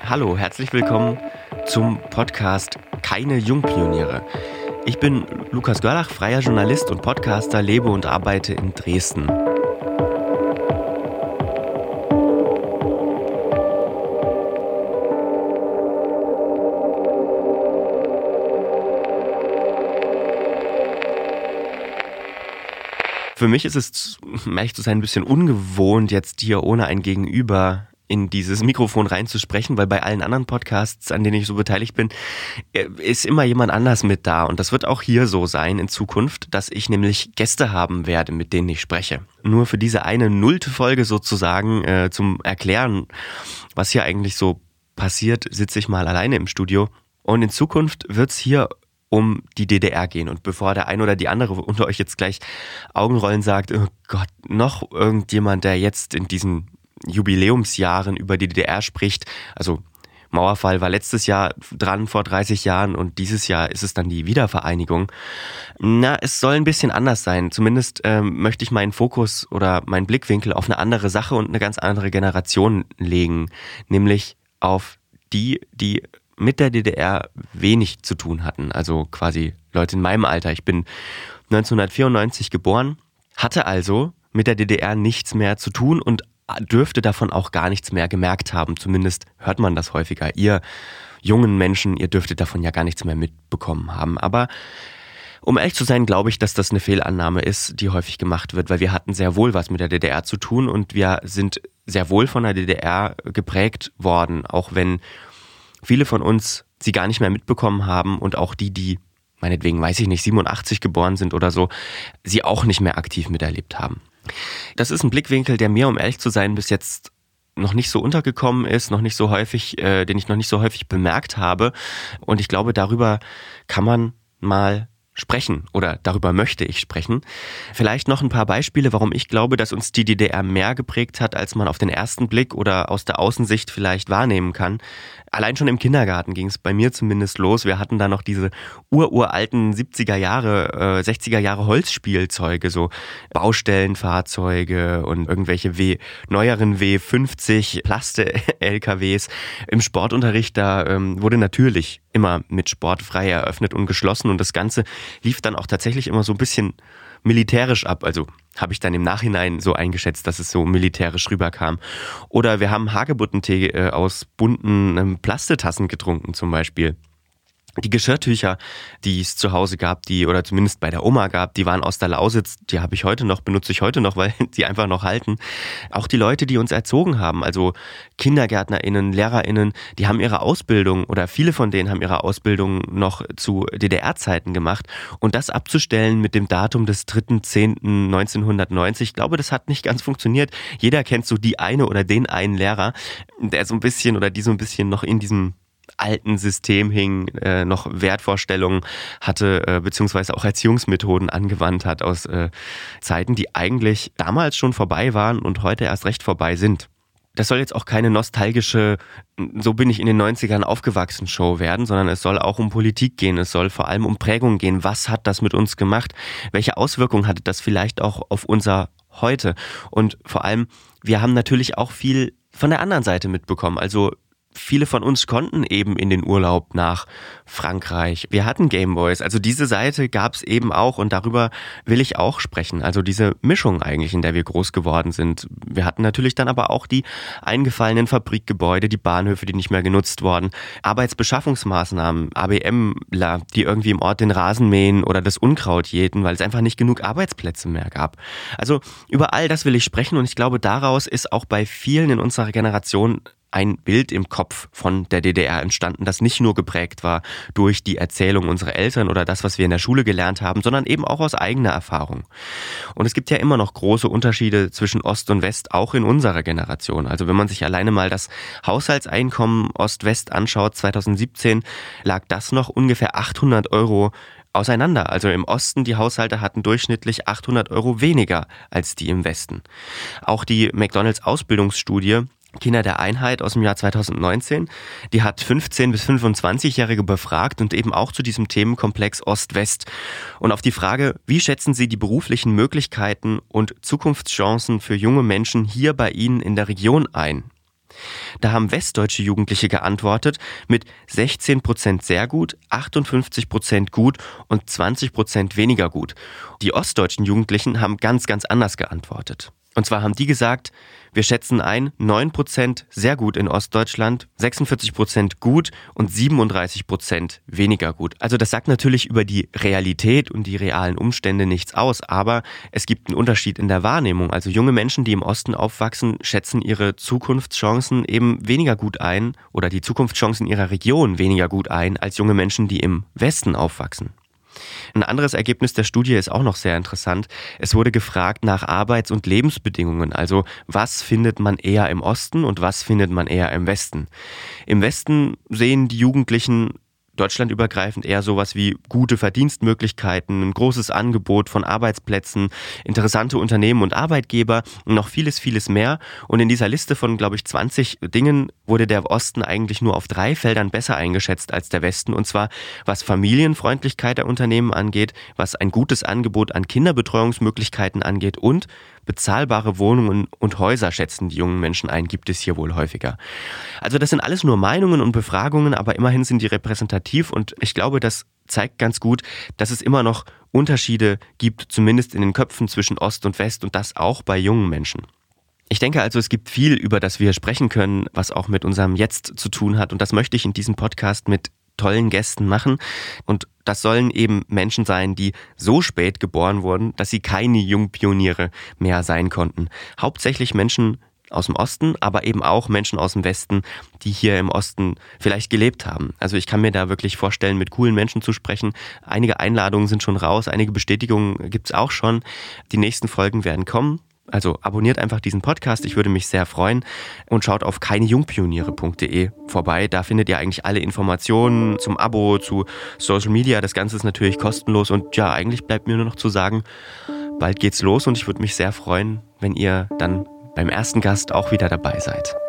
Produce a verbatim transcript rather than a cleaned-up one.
Hallo, herzlich willkommen zum Podcast Keine Jungpioniere. Ich bin Lukas Görlach, freier Journalist und Podcaster, lebe und arbeite in Dresden. Für mich ist es, um ehrlich zu sein, ein bisschen ungewohnt, jetzt hier ohne ein Gegenüber in dieses Mikrofon reinzusprechen, weil bei allen anderen Podcasts, an denen ich so beteiligt bin, ist immer jemand anders mit da. Und das wird auch hier so sein in Zukunft, dass ich nämlich Gäste haben werde, mit denen ich spreche. Nur für diese eine nullte Folge sozusagen äh, zum Erklären, was hier eigentlich so passiert, sitze ich mal alleine im Studio. Und in Zukunft wird's hier um die D D R gehen. Und bevor der ein oder die andere unter euch jetzt gleich Augenrollen sagt, oh Gott, noch irgendjemand, der jetzt in diesen Jubiläumsjahren über die D D R spricht, also Mauerfall war letztes Jahr dran vor dreißig Jahren und dieses Jahr ist es dann die Wiedervereinigung. Na, es soll ein bisschen anders sein. Zumindest ähm, möchte ich meinen Fokus oder meinen Blickwinkel auf eine andere Sache und eine ganz andere Generation legen, nämlich auf die, die mit der D D R wenig zu tun hatten, also quasi Leute in meinem Alter. Ich bin neunzehnhundertvierundneunzig geboren, hatte also mit der D D R nichts mehr zu tun und dürfte davon auch gar nichts mehr gemerkt haben. Zumindest hört man das häufiger. Ihr jungen Menschen, ihr dürftet davon ja gar nichts mehr mitbekommen haben. Aber um ehrlich zu sein, glaube ich, dass das eine Fehlannahme ist, die häufig gemacht wird, weil wir hatten sehr wohl was mit der D D R zu tun und wir sind sehr wohl von der D D R geprägt worden, auch wenn viele von uns sie gar nicht mehr mitbekommen haben und auch die, die meinetwegen, weiß ich nicht, siebenundachtzig geboren sind oder so, sie auch nicht mehr aktiv miterlebt haben. Das ist ein Blickwinkel, der mir, um ehrlich zu sein, bis jetzt noch nicht so untergekommen ist, noch nicht so häufig, äh, den ich noch nicht so häufig bemerkt habe. Und ich glaube, darüber kann man mal sprechen oder darüber möchte ich sprechen. Vielleicht noch ein paar Beispiele, warum ich glaube, dass uns die D D R mehr geprägt hat, als man auf den ersten Blick oder aus der Außensicht vielleicht wahrnehmen kann. Allein schon im Kindergarten ging es bei mir zumindest los. Wir hatten da noch diese ururalten siebziger Jahre, äh, sechziger Jahre Holzspielzeuge, so Baustellenfahrzeuge und irgendwelche W, neueren W fünfzig Plaste-L K Ws. Im Sportunterricht, da ähm, wurde natürlich immer mit Sport frei eröffnet und geschlossen und das Ganze lief dann auch tatsächlich immer so ein bisschen militärisch ab, also habe ich dann im Nachhinein so eingeschätzt, dass es so militärisch rüberkam. Oder wir haben Hagebuttentee äh, aus bunten ähm, Plastetassen getrunken zum Beispiel. Die Geschirrtücher, die es zu Hause gab, die oder zumindest bei der Oma gab, die waren aus der Lausitz, die habe ich heute noch, benutze ich heute noch, weil die einfach noch halten. Auch die Leute, die uns erzogen haben, also KindergärtnerInnen, LehrerInnen, die haben ihre Ausbildung oder viele von denen haben ihre Ausbildung noch zu D D R-Zeiten gemacht. Und das abzustellen mit dem Datum des dritter zehnter neunzehnhundertneunzig, ich glaube, das hat nicht ganz funktioniert. Jeder kennt so die eine oder den einen Lehrer, der so ein bisschen oder die so ein bisschen noch in diesem alten System hing, äh, noch Wertvorstellungen hatte, äh, beziehungsweise auch Erziehungsmethoden angewandt hat aus äh, Zeiten, die eigentlich damals schon vorbei waren und heute erst recht vorbei sind. Das soll jetzt auch keine nostalgische, so bin ich in den neunzigern aufgewachsen Show werden, sondern es soll auch um Politik gehen, es soll vor allem um Prägung gehen. Was hat das mit uns gemacht? Welche Auswirkungen hatte das vielleicht auch auf unser Heute? Und vor allem, wir haben natürlich auch viel von der anderen Seite mitbekommen, also viele von uns konnten eben in den Urlaub nach Frankreich. Wir hatten Gameboys. Also diese Seite gab es eben auch und darüber will ich auch sprechen. Also diese Mischung eigentlich, in der wir groß geworden sind. Wir hatten natürlich dann aber auch die eingefallenen Fabrikgebäude, die Bahnhöfe, die nicht mehr genutzt wurden, Arbeitsbeschaffungsmaßnahmen, ABMler, die irgendwie im Ort den Rasen mähen oder das Unkraut jäten, weil es einfach nicht genug Arbeitsplätze mehr gab. Also über all das will ich sprechen und ich glaube, daraus ist auch bei vielen in unserer Generation ein Bild im Kopf von der D D R entstanden, das nicht nur geprägt war durch die Erzählung unserer Eltern oder das, was wir in der Schule gelernt haben, sondern eben auch aus eigener Erfahrung. Und es gibt ja immer noch große Unterschiede zwischen Ost und West, auch in unserer Generation. Also wenn man sich alleine mal das Haushaltseinkommen Ost-West anschaut, zweitausendsiebzehn lag das noch ungefähr achthundert Euro auseinander. Also im Osten, die Haushalte hatten durchschnittlich achthundert Euro weniger als die im Westen. Auch die McDonald's Ausbildungsstudie Kinder der Einheit aus dem Jahr zweitausendneunzehn, die hat fünfzehn- bis fünfundzwanzigjährige befragt und eben auch zu diesem Themenkomplex Ost-West. Und auf die Frage, wie schätzen Sie die beruflichen Möglichkeiten und Zukunftschancen für junge Menschen hier bei Ihnen in der Region ein? Da haben westdeutsche Jugendliche geantwortet mit sechzehn Prozent sehr gut, achtundfünfzig Prozent gut und zwanzig Prozent weniger gut. Die ostdeutschen Jugendlichen haben ganz, ganz anders geantwortet. Und zwar haben die gesagt, wir schätzen ein, neun Prozent sehr gut in Ostdeutschland, sechsundvierzig Prozent gut und siebenunddreißig Prozent weniger gut. Also das sagt natürlich über die Realität und die realen Umstände nichts aus, aber es gibt einen Unterschied in der Wahrnehmung. Also junge Menschen, die im Osten aufwachsen, schätzen ihre Zukunftschancen eben weniger gut ein oder die Zukunftschancen ihrer Region weniger gut ein als junge Menschen, die im Westen aufwachsen. Ein anderes Ergebnis der Studie ist auch noch sehr interessant. Es wurde gefragt nach Arbeits- und Lebensbedingungen. Also was findet man eher im Osten und was findet man eher im Westen? Im Westen sehen die Jugendlichen deutschlandübergreifend eher sowas wie gute Verdienstmöglichkeiten, ein großes Angebot von Arbeitsplätzen, interessante Unternehmen und Arbeitgeber und noch vieles, vieles mehr. Und in dieser Liste von, glaube ich, zwanzig Dingen wurde der Osten eigentlich nur auf drei Feldern besser eingeschätzt als der Westen. Und zwar was Familienfreundlichkeit der Unternehmen angeht, was ein gutes Angebot an Kinderbetreuungsmöglichkeiten angeht und bezahlbare Wohnungen und Häuser schätzen die jungen Menschen ein, gibt es hier wohl häufiger. Also das sind alles nur Meinungen und Befragungen, aber immerhin sind die repräsentativ und ich glaube, das zeigt ganz gut, dass es immer noch Unterschiede gibt, zumindest in den Köpfen zwischen Ost und West und das auch bei jungen Menschen. Ich denke also, es gibt viel, über das wir sprechen können, was auch mit unserem Jetzt zu tun hat und das möchte ich in diesem Podcast mit tollen Gästen machen und das sollen eben Menschen sein, die so spät geboren wurden, dass sie keine Jungpioniere mehr sein konnten. Hauptsächlich Menschen aus dem Osten, aber eben auch Menschen aus dem Westen, die hier im Osten vielleicht gelebt haben. Also ich kann mir da wirklich vorstellen, mit coolen Menschen zu sprechen. Einige Einladungen sind schon raus, einige Bestätigungen gibt's auch schon. Die nächsten Folgen werden kommen. Also abonniert einfach diesen Podcast, ich würde mich sehr freuen und schaut auf keinejungpioniere punkt de vorbei. Da findet ihr eigentlich alle Informationen zum Abo, zu Social Media. Das Ganze ist natürlich kostenlos und ja, eigentlich bleibt mir nur noch zu sagen, bald geht's los und ich würde mich sehr freuen, wenn ihr dann beim ersten Gast auch wieder dabei seid.